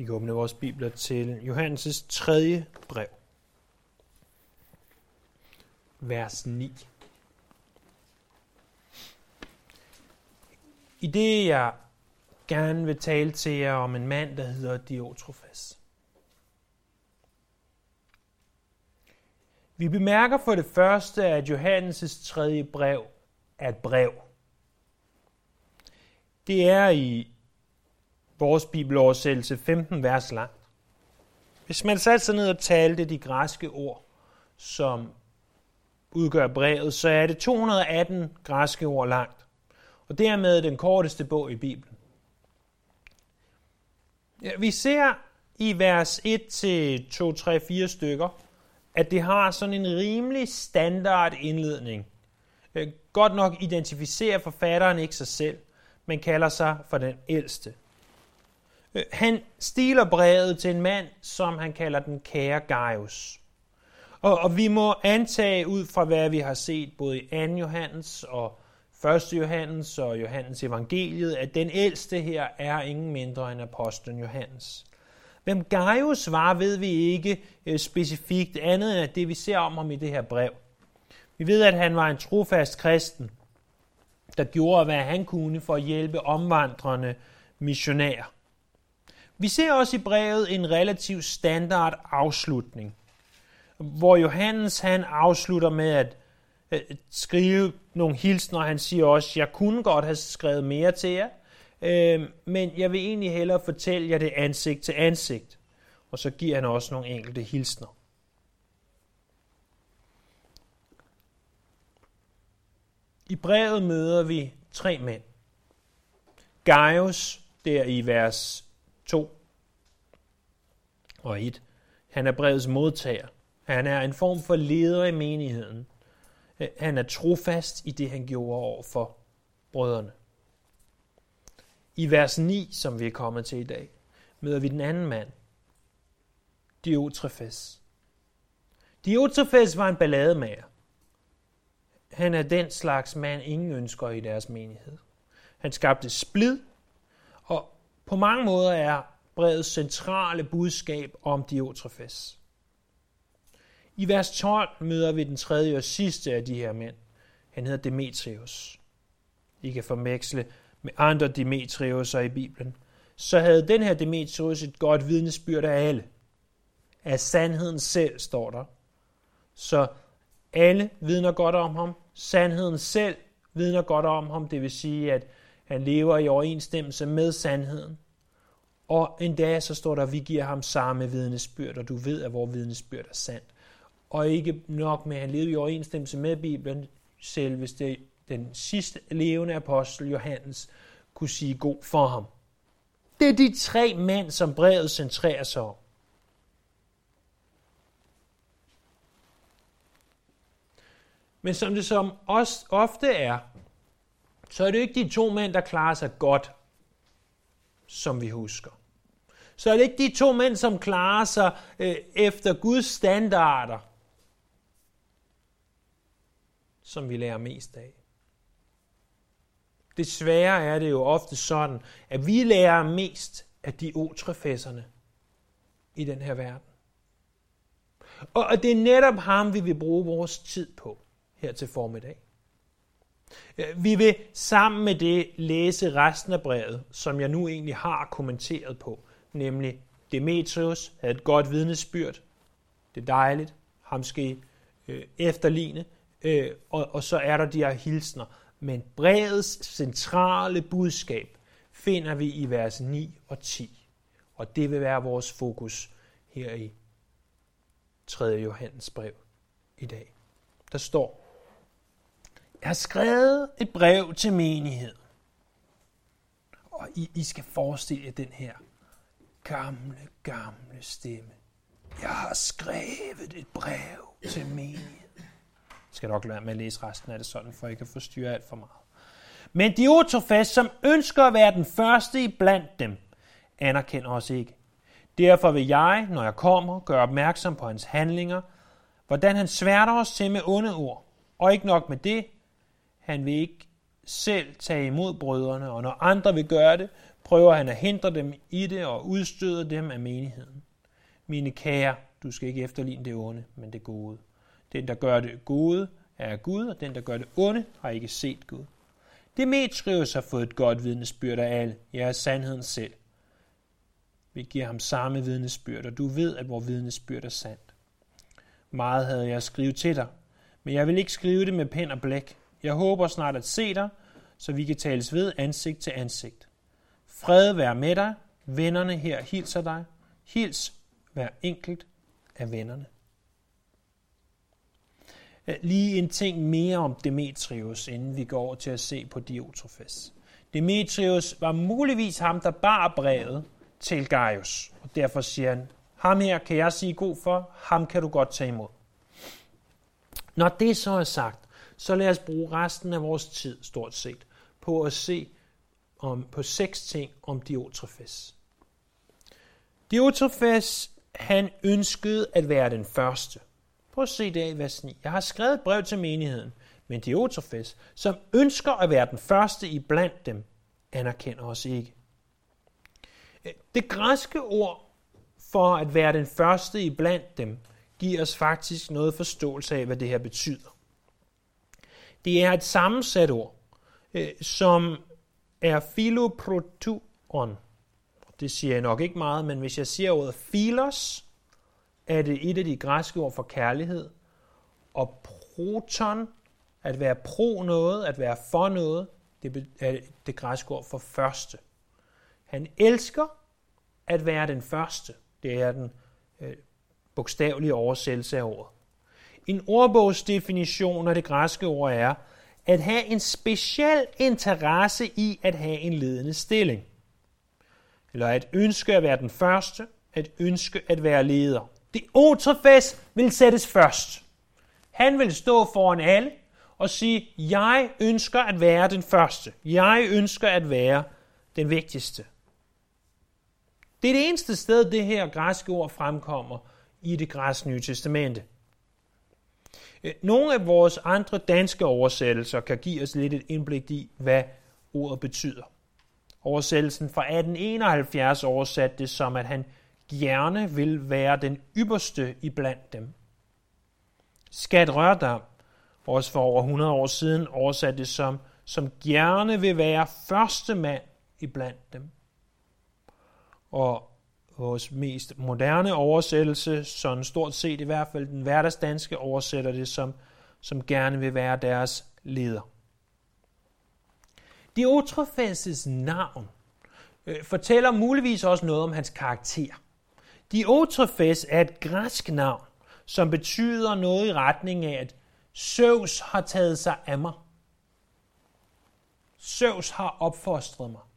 Vi kan åbne vores bibler til Johannes' 3. brev, vers 9. I det jeg gerne vil tale til jer om en mand, der hedder Diotrefes. Vi bemærker for det første, at Johannes' 3. brev er et brev. Det er i vores bibeloversættelse 15 vers langt. Hvis man satte sig ned og talte de græske ord, som udgør brevet, så er det 218 græske ord langt, og dermed den korteste bog i Bibelen. Vi ser i vers 1 til 2, 3, 4 stykker, at det har sådan en rimelig standard indledning. Godt nok identificerer forfatteren ikke sig selv, men kalder sig for den ældste. Han stiler brevet til en mand, som han kalder den kære Gaius. Og vi må antage ud fra, hvad vi har set både i 2. Johannes og 1. Johannes og Johannes evangeliet, at den ældste her er ingen mindre end apostlen Johannes. Hvem Gaius var, ved vi ikke specifikt andet end det, vi ser om ham i det her brev. Vi ved, at han var en trofast kristen, der gjorde, hvad han kunne for at hjælpe omvandrende missionærer. Vi ser også i brevet en relativt standard afslutning, hvor Johannes han afslutter med at skrive nogle hilsner. Han siger også, jeg kunne godt have skrevet mere til jer, men jeg vil egentlig hellere fortælle jer det ansigt til ansigt. Og så giver han også nogle enkelte hilsner. I brevet møder vi 3 mænd. Gaius, der i vers 2 og 1. Han er brevets modtager. Han er en form for leder i menigheden. Han er trofast i det, han gjorde over for brødrene. I vers 9, som vi er kommet til i dag, møder vi den anden mand, Diotrefes. Diotrefes var en ballademager. Han er den slags mand, ingen ønsker i deres menighed. Han skabte splid, og på mange måder er brevets centrale budskab om Diotrefes. I vers 12 møder vi den tredje og sidste af de her mænd. Han hedder Demetrius. I kan forveksle med andre Demetriuser i Bibelen. Så havde den her Demetrius et godt vidnesbyrd af alle. Af sandheden selv, står der. Så alle vidner godt om ham. Sandheden selv vidner godt om ham. Det vil sige, at han lever i overensstemmelse med sandheden. Og en dag så står der, at vi giver ham samme vidnesbyrd, og du ved, at vores vidnesbyrd er sandt. Og ikke nok med, at han levede i overensstemmelse med Bibelen, selv hvis det den sidste levende apostel Johannes kunne sige god for ham. Det er de 3 mænd, som brevet centrerer sig om. Men som det som også ofte er, så er det ikke de 2 mænd, der klarer sig godt, som vi husker. Så er det ikke de 2 mænd, som klarer sig efter Guds standarder, som vi lærer mest af. Desværre er det jo ofte sådan, at vi lærer mest af Diotrefeserne i den her verden. Og det er netop ham, vi vil bruge vores tid på her til formiddag. Vi vil sammen med det læse resten af brevet, som jeg nu egentlig har kommenteret på, nemlig Demetrius havde et godt vidnesbyrd. Det er dejligt. Ham skal I efterligne. Og så er der de her hilsner. Men brevets centrale budskab finder vi i vers 9 og 10. Og det vil være vores fokus her i 3. Johannes brev i dag. Der står, jeg har skrevet et brev til menigheden. Og I skal forestille jer den her gamle stemme. Jeg har skrevet et brev til menigheden. Jeg skal nok lade være med at læse resten af det sådan, for I kan forstyrre alt for meget. Men Diotrefes, som ønsker at være den første i blandt dem, anerkender os ikke. Derfor vil jeg, når jeg kommer, gøre opmærksom på hans handlinger, hvordan han sværter os til med onde ord. Og ikke nok med det, han vil ikke selv tage imod brødrene, og når andre vil gøre det, prøver han at hindre dem i det og udstøde dem af menigheden. Mine kære, du skal ikke efterligne det onde, men det gode. Den, der gør det gode, er Gud, og den, der gør det onde, har ikke set Gud. Demetrius har fået et godt vidnesbyrd af alle. Jeg er sandheden selv. Vi giver ham samme vidnesbyrd, og du ved, at vores vidnesbyrd er sandt. Meget havde jeg at skrive til dig, men jeg vil ikke skrive det med pen og blæk. Jeg håber snart at se dig, så vi kan tales ved ansigt til ansigt. Fred være med dig. Vennerne her hilser dig. Hils hver enkelt af vennerne. Lige en ting mere om Demetrius, inden vi går over til at se på Diotrefes. Demetrius var muligvis ham, der bar brevet til Gaius, og derfor siger han, ham her kan jeg sige god for, ham kan du godt tage imod. Når det så er sagt, så lad os bruge resten af vores tid, stort set, på at se på 6 ting om Diotrefes. Diotrefes, han ønskede at være den første. Prøv at se det i vers 9. Jeg har skrevet et brev til menigheden, men Diotrefes, som ønsker at være den første i blandt dem, anerkender os ikke. Det græske ord for at være den første i blandt dem, giver os faktisk noget forståelse af, hvad det her betyder. Det er et sammensat ord, som er philoprotuon. Det siger jeg nok ikke meget, men hvis jeg siger ordet philos, er det et af de græske ord for kærlighed. Og proton, at være pro noget, at være for noget, det er det græske ord for første. Han elsker at være den første. Det er den bogstavelige oversættelse af ordet. En ordbogsdefinition af det græske ord er at have en speciel interesse i at have en ledende stilling. Eller at ønske at være den første, at ønske at være leder. Diotrefes vil sættes først. Han vil stå foran alle og sige, jeg ønsker at være den første. Jeg ønsker at være den vigtigste. Det er det eneste sted, det her græske ord fremkommer i det græske Nye Testamente. Nogle af vores andre danske oversættelser kan give os lidt et indblik i, hvad ordet betyder. Oversættelsen fra 1871 oversatte det som, at han gerne vil være den ypperste iblandt dem. Skat Rørdam, også for over 100 år siden, oversatte det som gerne vil være første mand iblandt dem. Og vores mest moderne oversættelse, sådan stort set i hvert fald den hverdagsdanske, oversætter det som gerne vil være deres leder. Diotrefes' navn fortæller muligvis også noget om hans karakter. Diotrefes er et græsk navn, som betyder noget i retning af, at Zeus har taget sig af mig. Zeus har opfostret mig.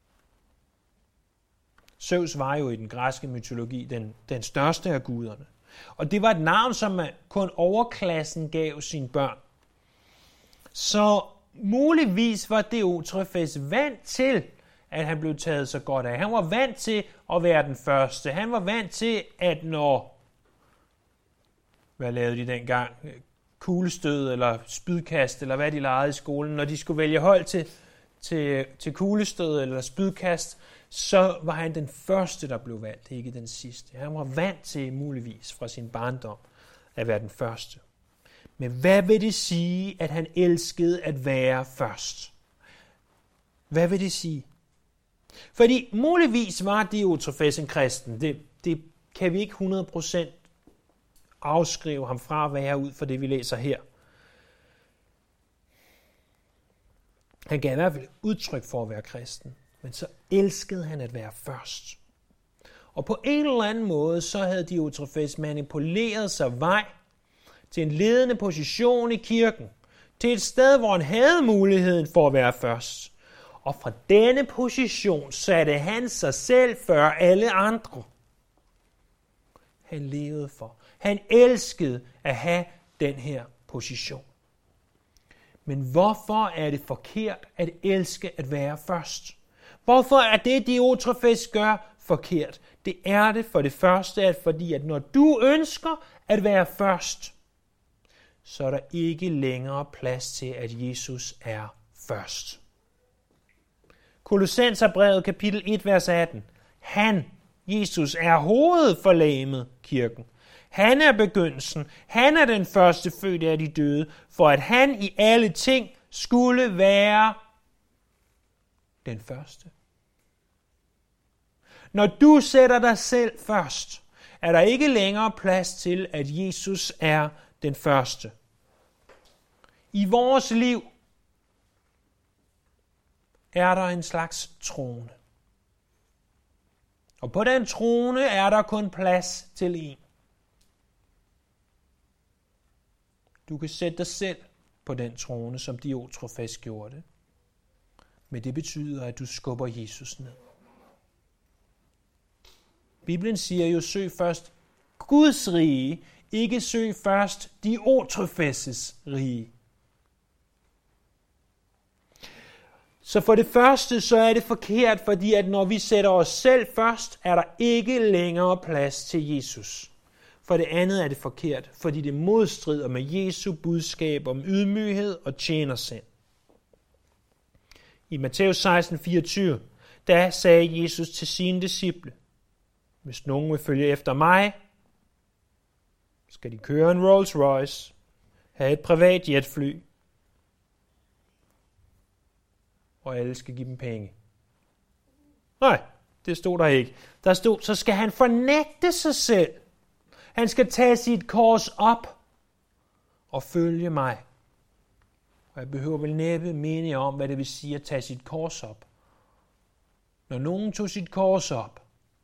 Zeus var jo i den græske mytologi den største af guderne. Og det var et navn, som kun overklassen gav sine børn. Så muligvis var Diotrefes vant til, at han blev taget så godt af. Han var vant til at være den første. Han var vant til, at når, hvad lavede de dengang? Kuglestød eller spydkast, eller hvad de legede i skolen. Når de skulle vælge hold til kuglestød eller spydkast, så var han den første, der blev valgt, ikke den sidste. Han var vant til, muligvis fra sin barndom, at være den første. Men hvad vil det sige, at han elskede at være først? Hvad vil det sige? Fordi muligvis var Diotrefes en kristen. Det kan vi ikke 100% afskrive ham fra at være ud for det, vi læser her. Han gav i hvert fald udtryk for at være kristen. Men så elskede han at være først. Og på en eller anden måde, så havde Diotrefes manipuleret sig vej til en ledende position i kirken. Til et sted, hvor han havde muligheden for at være først. Og fra denne position satte han sig selv før alle andre. Han levede for. Han elskede at have den her position. Men hvorfor er det forkert at elske at være først? Hvorfor er det, Diotrefes gør, forkert? Det er det for det første, fordi at når du ønsker at være først, så er der ikke længere plads til, at Jesus er først. Kolossenserbrevet kapitel 1, vers 18. Han, Jesus, er hovedet for legemet, kirken. Han er begyndelsen. Han er den første fødte af de døde, for at han i alle ting skulle være den første. Når du sætter dig selv først, er der ikke længere plads til, at Jesus er den første. I vores liv er der en slags trone. Og på den trone er der kun plads til en. Du kan sætte dig selv på den trone, som Diotrefes gjorde det. Men det betyder, at du skubber Jesus ned. Bibelen siger jo, søg først Guds rige, ikke søg først Diotrefes' rige. Så for det første, så er det forkert, fordi at når vi sætter os selv først, er der ikke længere plads til Jesus. For det andet er det forkert, fordi det modstrider med Jesu budskab om ydmyghed og tjenersind. I Matthæus 16:24, der sagde Jesus til sine disciple, hvis nogen vil følge efter mig, skal de køre en Rolls Royce, have et privat jetfly, og alle skal give dem penge. Nej, det stod der ikke. Der stod, så skal han fornægte sig selv. Han skal tage sit kors op og følge mig. Og jeg behøver vel næppe mene om, hvad det vil sige at tage sit kors op. Når nogen tog sit kors op,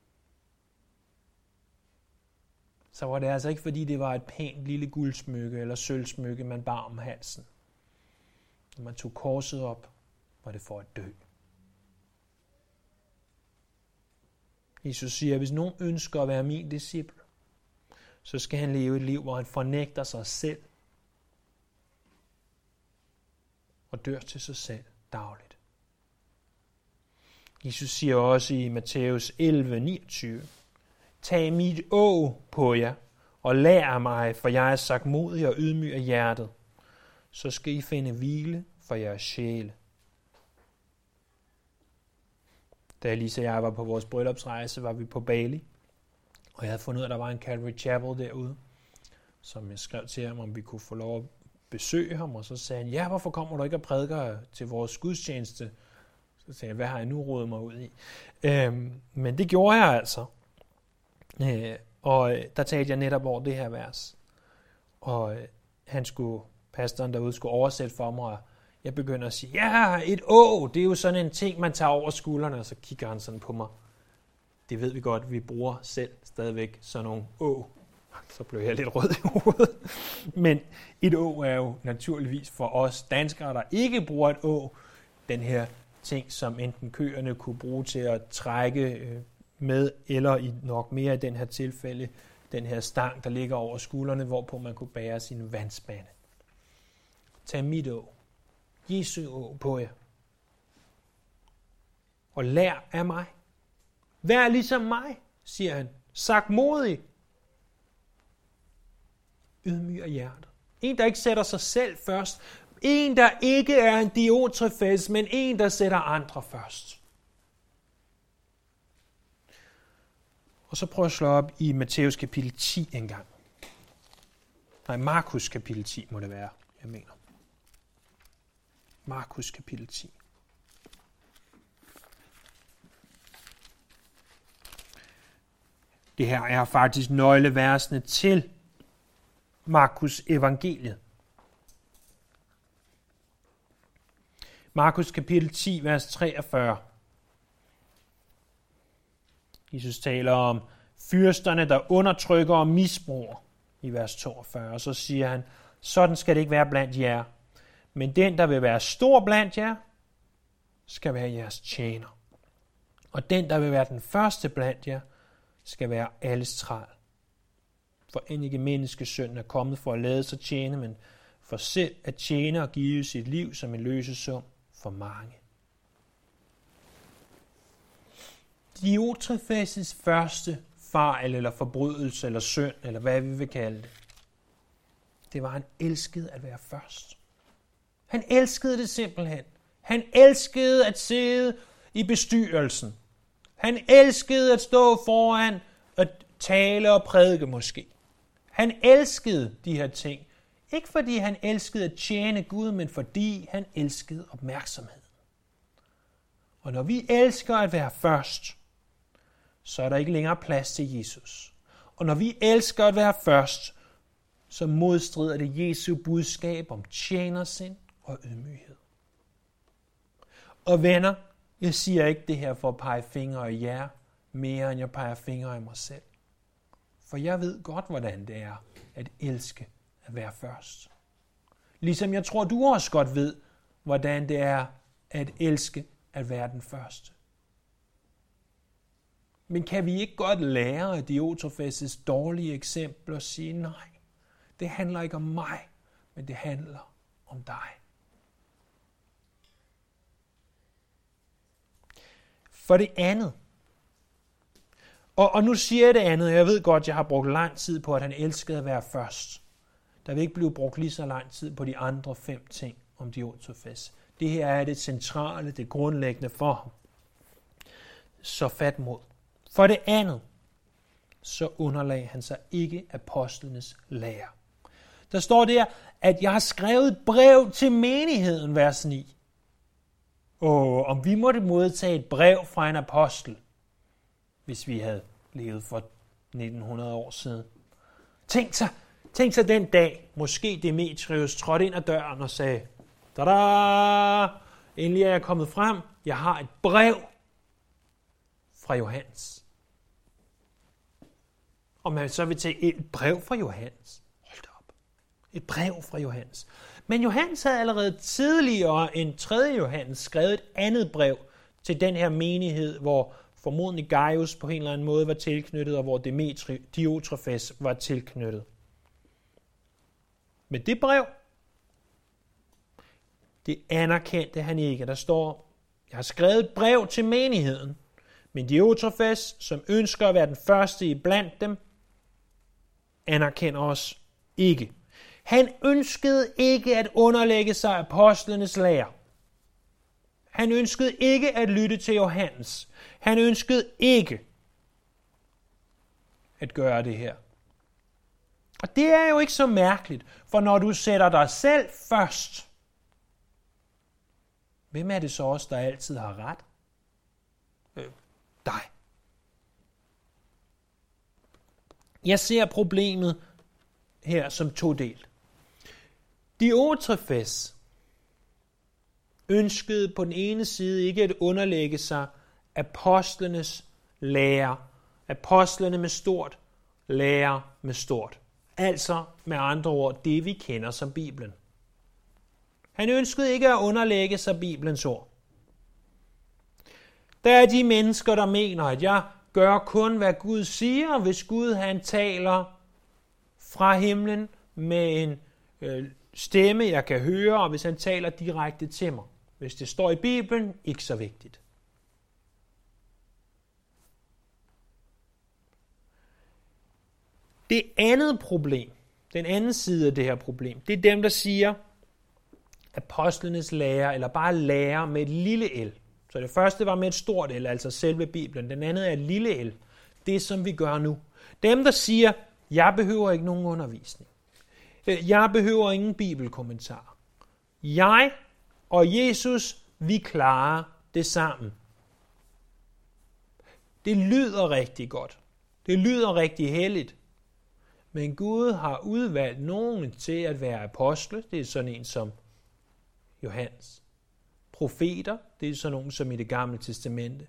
så var det altså ikke, fordi det var et pænt lille guldsmykke eller sølvsmykke, man bar om halsen. Når man tog korset op, var det for at dø. Jesus siger, at hvis nogen ønsker at være min disciple, så skal han leve et liv, hvor han fornægter sig selv og dør til sig selv dagligt. Jesus siger også i Matthæus 11:29, tag mit åg på jer og lær af mig, for jeg er sagtmodig og ydmyg af hjertet. Så skal I finde hvile for jeres sjæle. Da Lisa og jeg var på vores bryllupsrejse, var vi på Bali, og jeg havde fundet ud af, at der var en Calvary Chapel derude, som jeg skrev til ham, om vi kunne få lov at besøge ham, og så sagde han, ja, hvorfor kommer du ikke og prædiker til vores gudstjeneste? Så sagde jeg, hvad har jeg nu rodet mig ud i? Men det gjorde jeg altså. Og der talte jeg netop over det her vers. Og pastoren derude skulle oversætte for mig, og jeg begynder at sige, ja, et å, det er jo sådan en ting, man tager over skuldrene, og så kigger han sådan på mig. Det ved vi godt, vi bruger selv stadigvæk sådan nogle å. Så blev jeg lidt rød i hovedet. Men et å er jo naturligvis for os danskere, der ikke bruger et å, den her ting, som enten køerne kunne bruge til at trække med, eller i nok mere i den her tilfælde, den her stang, der ligger over skuldrene, hvorpå man kunne bære sine vandspande. Tag mit å, Jesu å på jer, og lær af mig. Vær ligesom mig, siger han. Sagtmodig. Ydmyg af hjertet. En, der ikke sætter sig selv først. En, der ikke er en Diotrefes, men en, der sætter andre først. Og så prøv at slå op i Matthæus kapitel 10 en gang. Nej, Markus kapitel 10 må det være, jeg mener. Markus kapitel 10. Det her er faktisk nøgleversene til Markus evangeliet. Markus kapitel 10, vers 43. Jesus taler om fyrsterne, der undertrykker og misbruger i vers 42. Og så siger han, sådan skal det ikke være blandt jer. Men den, der vil være stor blandt jer, skal være jeres tjener. Og den, der vil være den første blandt jer, skal være alles træl. For end ikke menneskesønnen er kommet for at lade sig tjene, men for selv at tjene og give sit liv som en løsesum for mange. Diotrefes' første fejl eller forbrydelse eller synd, eller hvad vi vil kalde det, det var, at han elskede at være først. Han elskede det simpelthen. Han elskede at sidde i bestyrelsen. Han elskede at stå foran og tale og prædike måske. Han elskede de her ting. Ikke fordi han elskede at tjene Gud, men fordi han elskede opmærksomhed. Og når vi elsker at være først, så er der ikke længere plads til Jesus. Og når vi elsker at være først, så modstrider det Jesu budskab om tjenersind og ydmyghed. Og venner, jeg siger ikke det her for at pege fingre i jer, mere end jeg peger fingre i mig selv. For jeg ved godt, hvordan det er at elske at være først. Ligesom jeg tror, du også godt ved, hvordan det er at elske at være den første. Men kan vi ikke godt lære af Diotrefes' dårlige eksempler og sige, nej, det handler ikke om mig, men det handler om dig. For det andet, og nu siger jeg det andet, jeg ved godt, jeg har brugt lang tid på, at han elskede at være først. Der vil ikke blive brugt lige så lang tid på de andre 5 ting om Diotrefes. Det her er det centrale, det grundlæggende for ham. Så fat mod. For det andet, så underlagde han sig ikke apostlenes lære. Der står der, at jeg har skrevet et brev til menigheden, vers 9. Og om vi måtte modtage et brev fra en apostel, hvis vi havde levet for 1900 år siden. Tænk sig den dag, måske Demetrius trådte ind ad døren og sagde, tada, endelig er jeg kommet frem, jeg har et brev fra Johannes. Og man så vil tage et brev fra Johannes. Hold da op. Et brev fra Johannes. Men Johannes havde allerede tidligere end 3. Johannes skrevet et andet brev til den her menighed, hvor formodentlig Gaius på en eller anden måde var tilknyttet, og hvor Diotrefes var tilknyttet. Men det brev, det anerkendte han ikke. Der står, jeg har skrevet et brev til menigheden, men Diotrefes, som ønsker at være den første i blandt dem, anerkender os ikke. Han ønskede ikke at underlægge sig apostlenes lære. Han ønskede ikke at lytte til Johannes. Han ønskede ikke at gøre det her. Og det er jo ikke så mærkeligt, for når du sætter dig selv først, hvem er det så også, der altid har ret? Dig. Jeg ser problemet her som todelt. Diotrefes ønskede på den ene side ikke at underlægge sig apostlenes lære. Apostlene med stort, lære med stort. Altså med andre ord, det vi kender som Bibelen. Han ønskede ikke at underlægge sig Bibelens ord. Der er de mennesker, der mener, at jeg gør kun, hvad Gud siger, hvis Gud han taler fra himlen med en stemme, jeg kan høre, og hvis han taler direkte til mig. Hvis det står i Bibelen, ikke så vigtigt. Det andet problem, den anden side af det her problem, det er dem, der siger, apostlenes lære, eller bare lære med et lille l. Så det første var med et stort l, altså selve Bibelen. Den anden er et lille l. Det, som vi gør nu. Dem, der siger, jeg behøver ikke nogen undervisning. Jeg behøver ingen bibelkommentar. Jeg og Jesus, vi klarer det sammen. Det lyder rigtig godt. Det lyder rigtig helligt. Men Gud har udvalgt nogen til at være apostle. Det er sådan en som Johannes. Profeter, det er sådan nogen som i det gamle testamente.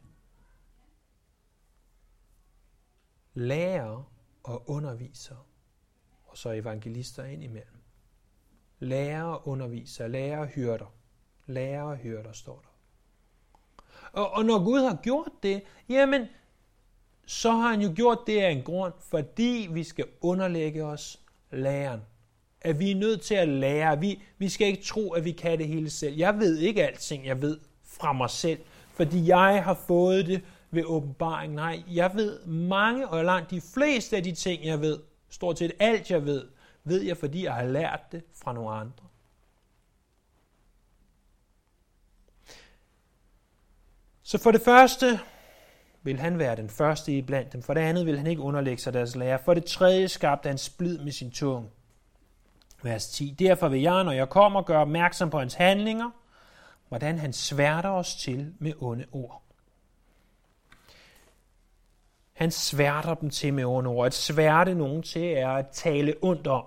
Lærere og undervisere. Og så evangelister ind imellem. Lærere og undervisere, lærere og hyrder. Lærere og hyrder står der. Og når Gud har gjort det, jamen, så har han jo gjort det af en grund, fordi vi skal underlægge os læren. At vi er nødt til at lære. Vi skal ikke tro, at vi kan det hele selv. Jeg ved ikke alting, jeg ved fra mig selv, fordi jeg har fået det ved åbenbaring. Nej, jeg ved mange og langt de fleste af de ting, jeg ved, stort set alt, jeg ved jeg, fordi jeg har lært det fra nogle andre. Så for det første vil han være den første i blandt dem. For det andet vil han ikke underlægge sig deres lære. For det tredje skabte han splid med sin tunge. Vers 10. Derfor vil jeg, når jeg kommer, gøre opmærksom på hans handlinger, hvordan han sværter os til med onde ord. Han sværter dem til med onde ord. At sværte nogen til er at tale ondt om.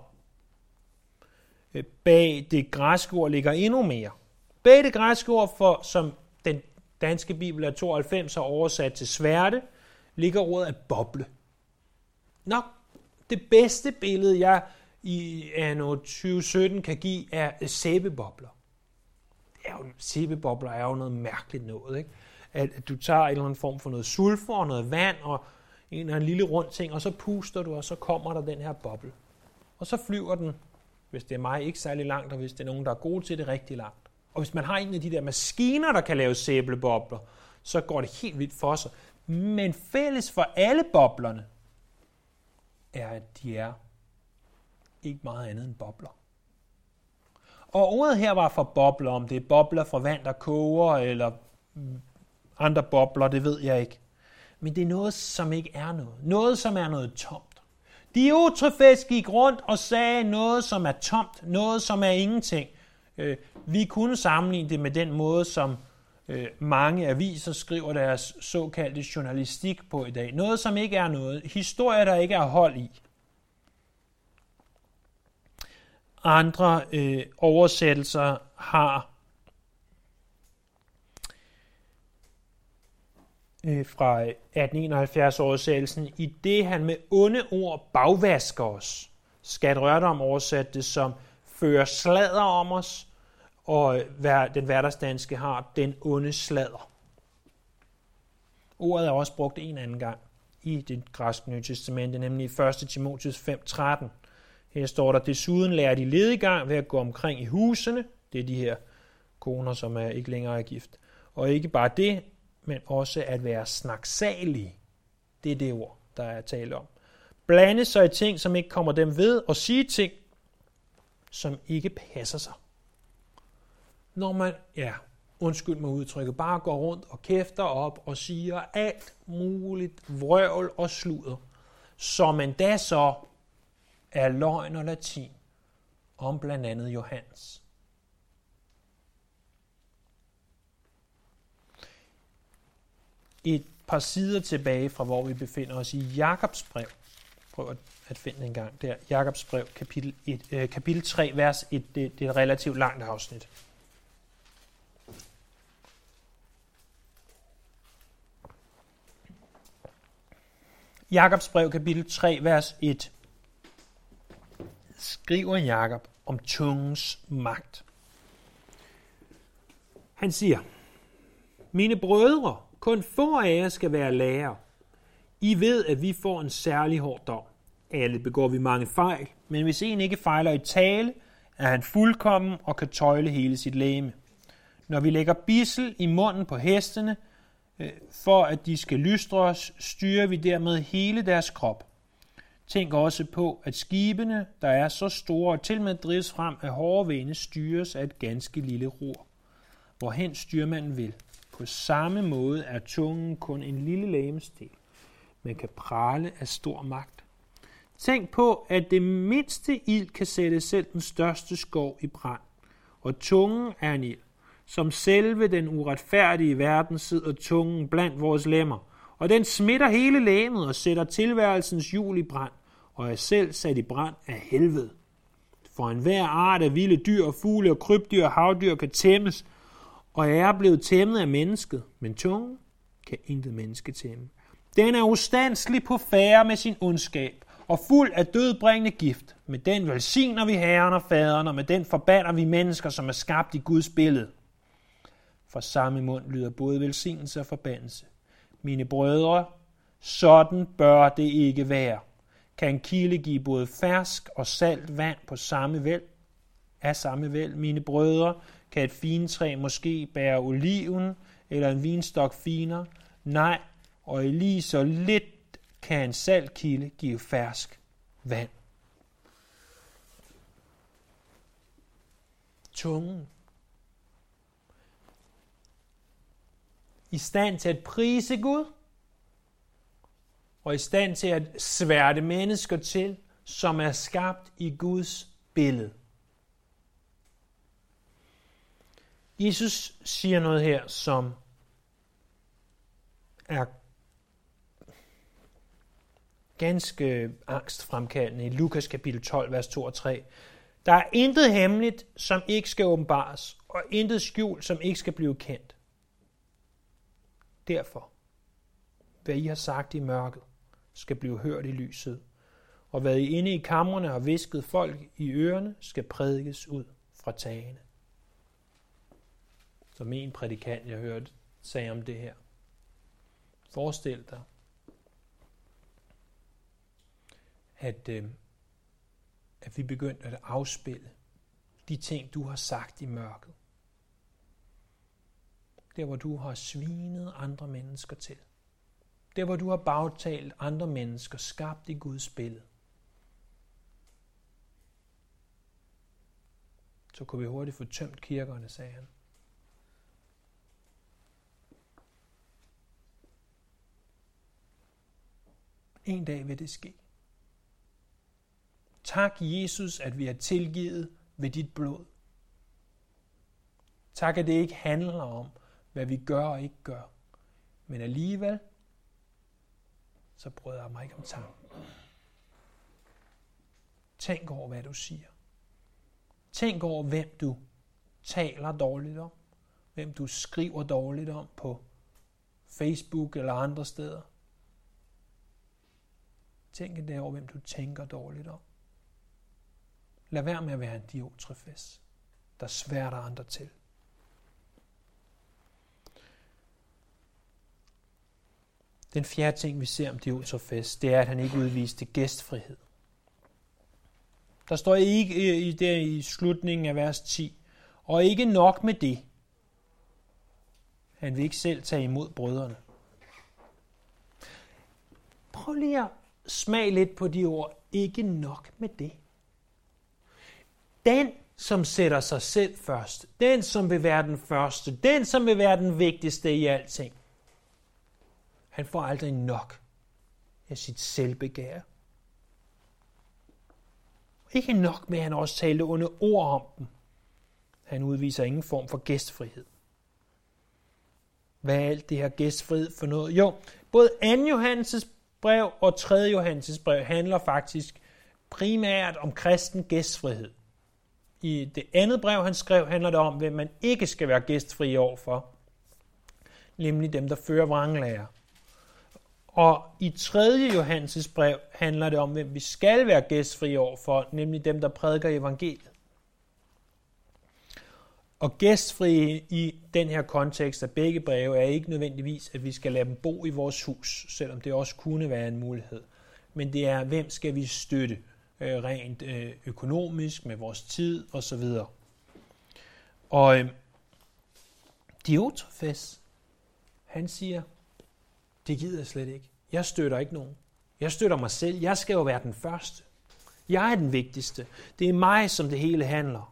Bag det græske ord ligger endnu mere. Bag det græske ord, som den danske bibel af 92 har oversat til sværte, ligger ordet af boble. Nok det bedste billede, jeg i anno 2017 kan give, er sæbebobler. Sæbebobler er jo noget mærkeligt noget, ikke? At du tager en eller anden form for noget sulfur og noget vand og en lille rund ting, og så puster du, og så kommer der den her boble. Og så flyver den, hvis det er mig, ikke særlig langt, og hvis det er nogen, der er gode til det, rigtig langt. Og hvis man har en af de der maskiner, der kan lave sæbebobler, så går det helt vildt for sig. Men fælles for alle boblerne er, at de er ikke meget andet end bobler. Og ordet her var for bobler, om det er bobler fra vand, der koger, eller andre bobler, det ved jeg ikke. Men det er noget, som ikke er noget. Noget, som er noget tomt. Diotrefes gik rundt og sagde noget, som er tomt, noget, som er ingenting. Vi kunne sammenligne det med den måde, som mange aviser skriver deres såkaldte journalistik på i dag. Noget, som ikke er noget. Historier, der ikke er hold i. Andre oversættelser har fra 1871-oversættelsen, i det han med onde ord bagvasker os. Skat Rørdam oversatte det som fører sladder om os, og den hverdagsdanske har den onde sladder. Ordet er også brugt en anden gang i det græske Nye Testamente, nemlig i 1. Timotheus 5:13. Her står der, desuden lærer de lediggang ved at gå omkring i husene. Det er de her koner, som er ikke længere er gift. Og ikke bare det, men også at være snaksalige. Det er det ord, der er tale om. Blande sig i ting, som ikke kommer dem ved, og sige ting, som ikke passer sig. Når man, undskyld mig udtrykket, bare går rundt og kæfter op og siger alt muligt vrøvl og sludder, som man da så er løgn og latin om blandt andet Johannes. Et par sider tilbage fra, hvor vi befinder os i Jakobs brev. Prøv at finde en gang der. Jakobs brev, kapitel 3, vers 1. Det er et relativt langt afsnit. Jakobs brev, kapitel 3, vers 1. Skriver Jakob om tungens magt. Han siger, mine brødre, kun få af jer skal være lærere. I ved, at vi får en særlig hård dom. Alle begår vi mange fejl, men hvis en ikke fejler i tale, er han fuldkommen og kan tøjle hele sit legeme. Når vi lægger bissel i munden på hestene, for at de skal lystre os, styrer vi dermed hele deres krop. Tænk også på, at skibene, der er så store og til med drives frem af hårde vinde, styres af et ganske lille ror, hvorhen styrmanden vil. På samme måde er tungen kun en lille legemsdel, men kan prale af stor magt. Tænk på, at det mindste ild kan sætte selv den største skov i brand, og tungen er en ild. Som selve den uretfærdige verden sidder tungen blandt vores lemmer, og den smitter hele legemet og sætter tilværelsens hjul i brand, og er selv sat i brand af helvede. For enhver art af vilde dyr, fugle og krybdyr og havdyr kan tæmmes, og er blevet tæmmet af mennesket, men tungen kan intet menneske tæmme. Den er ustandselig på færde med sin ondskab, og fuld af dødbringende gift. Med den velsigner vi Herren og Faderen, og med den forbander vi mennesker, som er skabt i Guds billede. Fra samme mund lyder både velsignelse og forbandelse. Mine brødre, sådan bør det ikke være. Kan en kilde give både fersk og salt vand på samme væld? Af samme væld, mine brødre, kan et fintræ måske bære oliven, eller en vinstok finere? Nej, og i lige så lidt kan en saltkilde give fersk vand. Tungen. i stand til at prise Gud, og i stand til at sværte mennesker til, som er skabt i Guds billede. Jesus siger noget her, som er ganske angstfremkaldende i Lukas kapitel 12, vers 2 og 3. Der er intet hemmeligt, som ikke skal åbenbares, og intet skjult, som ikke skal blive kendt. Derfor, hvad I har sagt i mørket, skal blive hørt i lyset, og hvad I inde i kamrene har hvisket folk i ørerne, skal prædikes ud fra tagene. Som en prædikant, jeg hørte, sagde om det her. Forestil dig, at vi begyndte at afspille de ting, du har sagt i mørket. Der, hvor du har svinet andre mennesker til. Der, hvor du har bagtalt andre mennesker, skabt i Guds billede. Så kunne vi hurtigt få tømt kirkerne, sagde han. En dag vil det ske. Tak, Jesus, at vi er tilgivet ved dit blod. Tak, at det ikke handler om, hvad vi gør og ikke gør. Men alligevel, så bryder jeg mig ikke om tanken. Tænk over, hvad du siger. Tænk over, hvem du taler dårligt om. Hvem du skriver dårligt om på Facebook eller andre steder. Tænk over, hvem du tænker dårligt om. Lad være med at være en Diotrefes, der sværter andre til. Den fjerde ting, vi ser om Diotrefes, det er, at han ikke udviste gæstfrihed. Der står ikke i slutningen af vers 10, og ikke nok med det. Han vil ikke selv tage imod brødrene. Prøv lige at smage lidt på de ord. Ikke nok med det. Den, som sætter sig selv først, den, som vil være den første, den, som vil være den vigtigste i alting, han får aldrig nok af sit selvbegær. Ikke nok med, at han også talte under ord om dem. Han udviser ingen form for gæstfrihed. Hvad er alt det her gæstfrihed for noget? Jo, både 2. Johannes' brev og 3. Johannes' brev handler faktisk primært om kristen gæstfrihed. I det andet brev, han skrev, handler det om, hvem man ikke skal være gæstfri overfor. Nemlig dem, der fører vranglære. Og i 3. Johannes' brev handler det om, hvem vi skal være gæstfri overfor, nemlig dem, der prædiker evangeliet. Og gæstfri i den her kontekst af begge breve er ikke nødvendigvis, at vi skal lade dem bo i vores hus, selvom det også kunne være en mulighed. Men det er, hvem skal vi støtte rent økonomisk, med vores tid osv. Og Diotrefes, han siger, det gider jeg slet ikke. Jeg støtter ikke nogen. Jeg støtter mig selv. Jeg skal jo være den første. Jeg er den vigtigste. Det er mig, som det hele handler.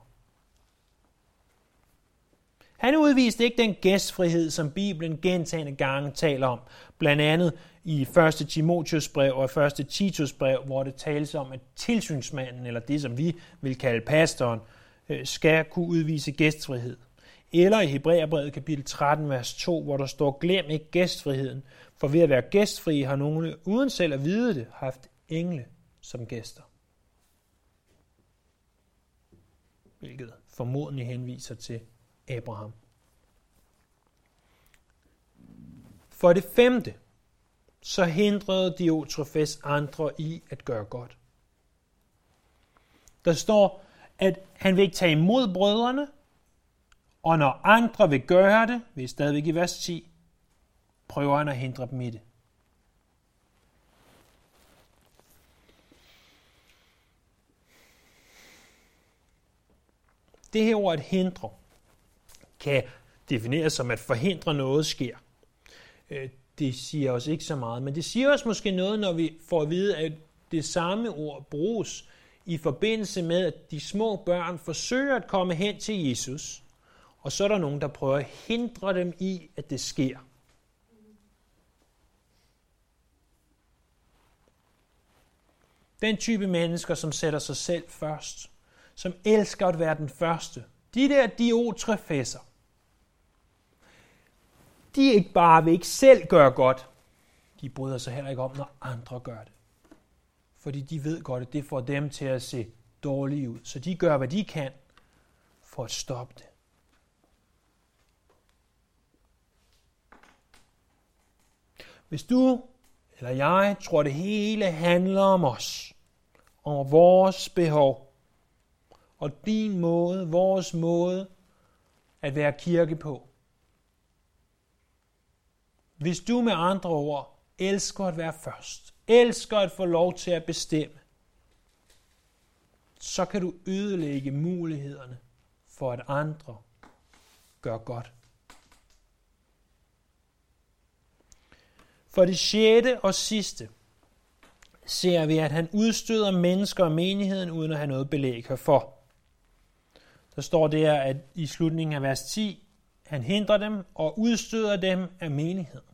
Han udviste ikke den gæstfrihed, som Bibelen gentagne gange taler om. Blandt andet i 1. Timotheus brev og 1. Titus brev, hvor det tales om, at tilsynsmanden, eller det som vi vil kalde pastoren, skal kunne udvise gæstfrihed. Eller i Hebræerbrevet kapitel 13, vers 2, hvor der står, glem ikke gæstfriheden, for ved at være gæstfri har nogle, uden selv at vide det, haft engle som gæster. Hvilket formodentlig henviser til Abraham. For det 5. så hindrede Diotrefes andre i at gøre godt. Der står, at han vil ikke tage imod brødrene, og når andre vil gøre det, vil stadigvæk i vers 10, prøver han at hindre dem i det. Det her ord at hindre kan defineres som at forhindre noget sker. Det siger os ikke så meget, men det siger os måske noget, når vi får at vide, at det samme ord bruges i forbindelse med, at de små børn forsøger at komme hen til Jesus, og så er der nogen, der prøver at hindre dem i, at det sker. Den type mennesker, som sætter sig selv først. Som elsker at være den første. De der Diotrefesser. De ikke bare vil ikke selv gøre godt. De bryder sig heller ikke om, når andre gør det. Fordi de ved godt, at det får dem til at se dårlige ud. Så de gør, hvad de kan for at stoppe det. Hvis du eller jeg tror, det hele handler om os, om vores behov, og din måde, vores måde at være kirke på. Hvis du med andre ord elsker at være først, elsker at få lov til at bestemme, så kan du ødelægge mulighederne for, at andre gør godt. For det 6. og sidste ser vi, at han udstøder mennesker og menigheden, uden at have noget belæg herfor. Der står der, at i slutningen af vers 10, han hindrer dem og udstøder dem af menigheden.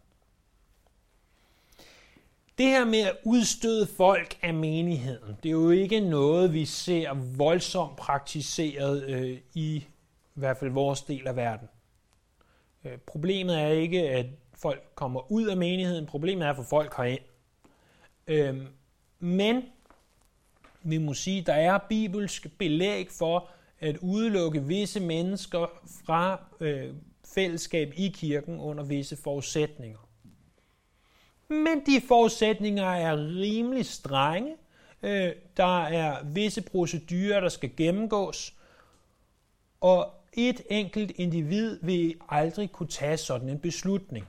Det her med at udstøde folk af menigheden, det er jo ikke noget, vi ser voldsomt praktiseret i hvert fald vores del af verden. Problemet er ikke, at folk kommer ud af menigheden. Problemet er at få folk herind. Men vi må sige, at der er bibelsk belæg for at udelukke visse mennesker fra fællesskab i kirken under visse forudsætninger. Men de forudsætninger er rimelig strenge. Der er visse procedurer, der skal gennemgås. Og et enkelt individ vil aldrig kunne tage sådan en beslutning.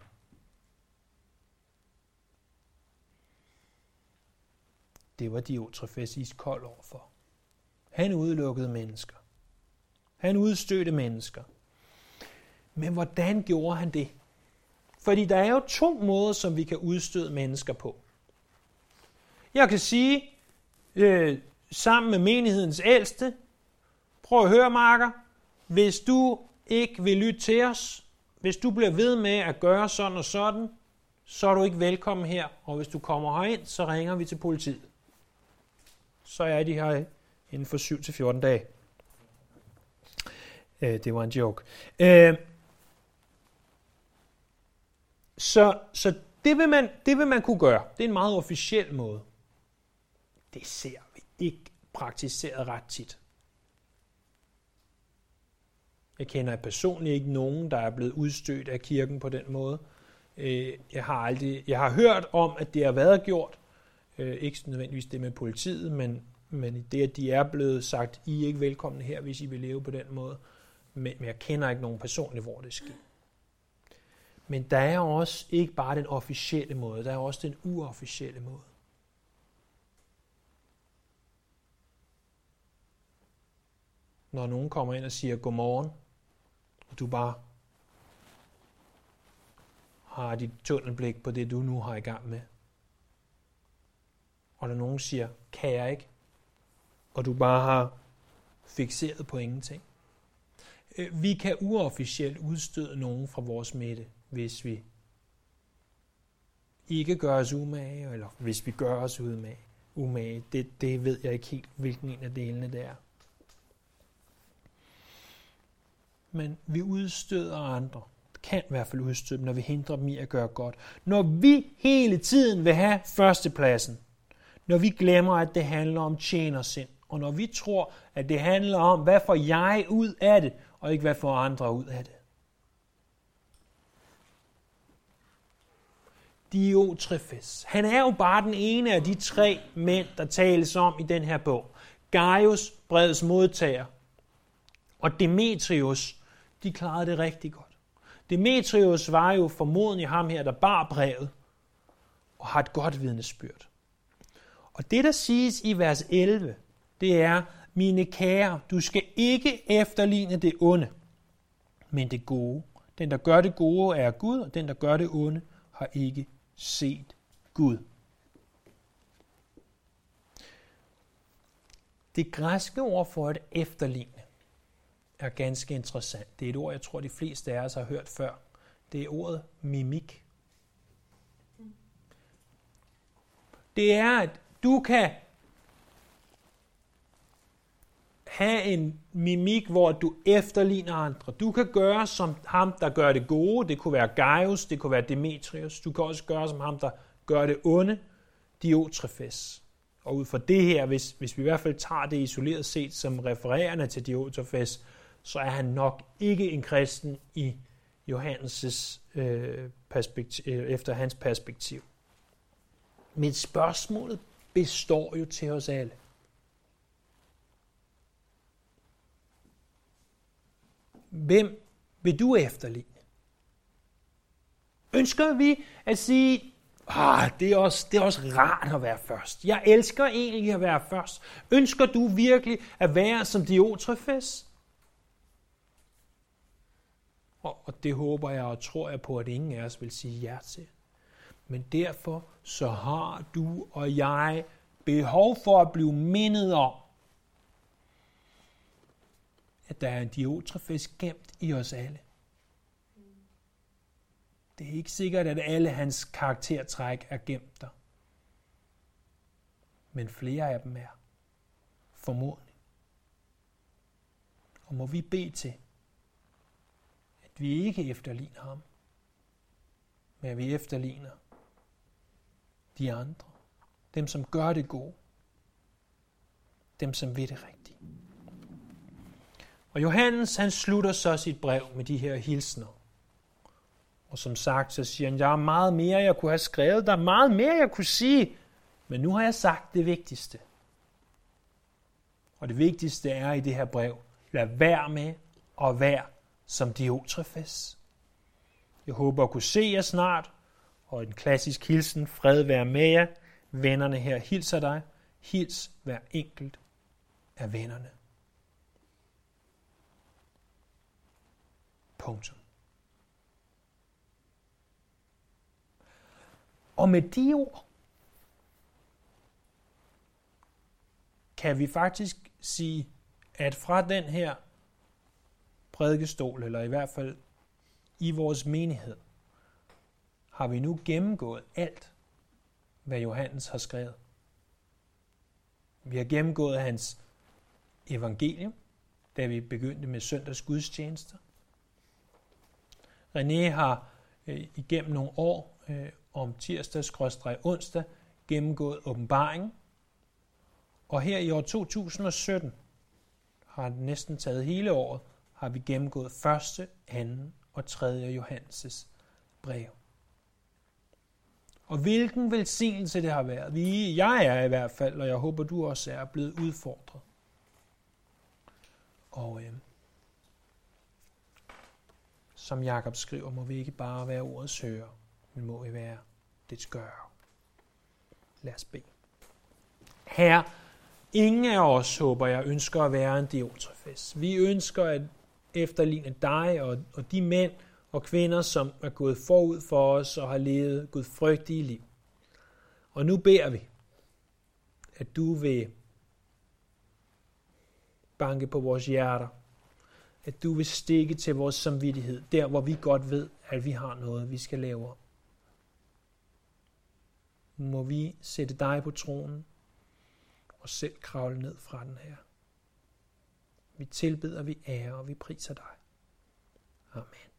Det var Diotrefes iskold overfor. Han udelukkede mennesker. Han udstødte mennesker. Men hvordan gjorde han det? Fordi der er jo 2 måder, som vi kan udstøde mennesker på. Jeg kan sige, sammen med menighedens ældste, prøv at høre, Marker, hvis du ikke vil lytte til os, hvis du bliver ved med at gøre sådan og sådan, så er du ikke velkommen her, og hvis du kommer herind, så ringer vi til politiet. Så er de her inden for 7 til 14 dage. Det var en joke. Så det vil man kunne gøre. Det er en meget officiel måde. Det ser vi ikke praktiseret ret tit. Jeg kender personligt ikke nogen, der er blevet udstødt af kirken på den måde. Jeg har hørt om, at det har været gjort. Ikke nødvendigvis det med politiet, men det, at de er blevet sagt, I er ikke velkomne her, hvis I vil leve på den måde. Men jeg kender ikke nogen personligt, hvor det sker. Men der er også ikke bare den officielle måde, der er også den uofficielle måde. Når nogen kommer ind og siger godmorgen, og du bare har dit tunnelblik på det, du nu har i gang med. Og når nogen siger, kan jeg ikke, og du bare har fikseret på ingenting. Vi kan uofficielt udstøde nogen fra vores midte, hvis vi ikke gør os umage, eller hvis vi gør os umage. Det ved jeg ikke helt, hvilken en af delene det er. Men vi udstøder andre. Kan i hvert fald udstøde dem, når vi hindrer dem i at gøre godt. Når vi hele tiden vil have førstepladsen. Når vi glemmer, at det handler om tjenersind. Og når vi tror, at det handler om, hvad får jeg ud af det, og ikke hvad får andre ud af det. Diotrefes. Han er jo bare den ene af de 3 mænd, der tales om i den her bog. Gaius, brevets modtager, og Demetrius, de klarede det rigtig godt. Demetrius var jo formodentlig ham her, der bar brevet, og har et godt vidnesbyrd. Og det, der siges i vers 11, det er, mine kære, du skal ikke efterligne det onde, men det gode. Den, der gør det gode, er Gud, og den, der gør det onde, har ikke set Gud. Det græske ord for at efterligne er ganske interessant. Det er et ord, jeg tror, de fleste af os har hørt før. Det er ordet mimik. Det er, at du kan have en mimik, hvor du efterligner andre. Du kan gøre som ham, der gør det gode. Det kunne være Gaius, det kunne være Demetrius. Du kan også gøre som ham, der gør det onde, Diotrefes. Og ud fra det her, hvis vi i hvert fald tager det isoleret set som refererende til Diotrefes, så er han nok ikke en kristen i Johannes' perspektiv, efter hans perspektiv. Men spørgsmålet består jo til os alle. Hvem vil du efterligne? Ønsker vi at sige, det er også rart at være først. Jeg elsker egentlig at være først. Ønsker du virkelig at være som Diotrefes? Og det håber jeg og tror jeg på, at ingen af os vil sige ja til. Men derfor så har du og jeg behov for at blive mindet om, at der er en Diotrefes gemt i os alle. Det er ikke sikkert, at alle hans karaktertræk er gemt der. Men flere af dem er. Formodentlig. Og må vi bede til, at vi ikke efterligner ham, men at vi efterligner de andre. Dem, som gør det gode. Dem, som ved det rigtige. Og Johannes, han slutter så sit brev med de her hilsner. Og som sagt, så siger han, der er meget mere, jeg kunne have skrevet. Der er meget mere, jeg kunne sige. Men nu har jeg sagt det vigtigste. Og det vigtigste er i det her brev, lad være med at være som Diotrefes. Jeg håber at kunne se jer snart. Og en klassisk hilsen, fred være med jer. Vennerne her hilser dig. Hils hver enkelt af vennerne. Punktum. Og med de ord kan vi faktisk sige, at fra den her prædikestol, eller i hvert fald i vores menighed, har vi nu gennemgået alt, hvad Johannes har skrevet. Vi har gennemgået hans evangelium, da vi begyndte med søndags gudstjenester. René har igennem nogle år om tirsdag/onsdag gennemgået åbenbaringen. Og her i år 2017 har det næsten taget hele året, har vi gennemgået 1., 2. og 3. Johannes' brev. Og hvilken velsignelse det har været. Jeg er i hvert fald, og jeg håber du også er blevet udfordret. Og som Jakob skriver, må vi ikke bare være ordets hører, men må vi være dets gør. Lad os bede. Herre, ingen af os, håber jeg, ønsker at være en Diotrefes. Vi ønsker at efterligne dig og de mænd og kvinder, som er gået forud for os og har levet gudfrygtige liv. Og nu beder vi, at du vil banke på vores hjerter, at du vil stikke til vores samvittighed, der hvor vi godt ved, at vi har noget, vi skal lave om. Må vi sætte dig på tronen og selv kravle ned fra den her. Vi tilbeder, vi ærer og vi priser dig. Amen.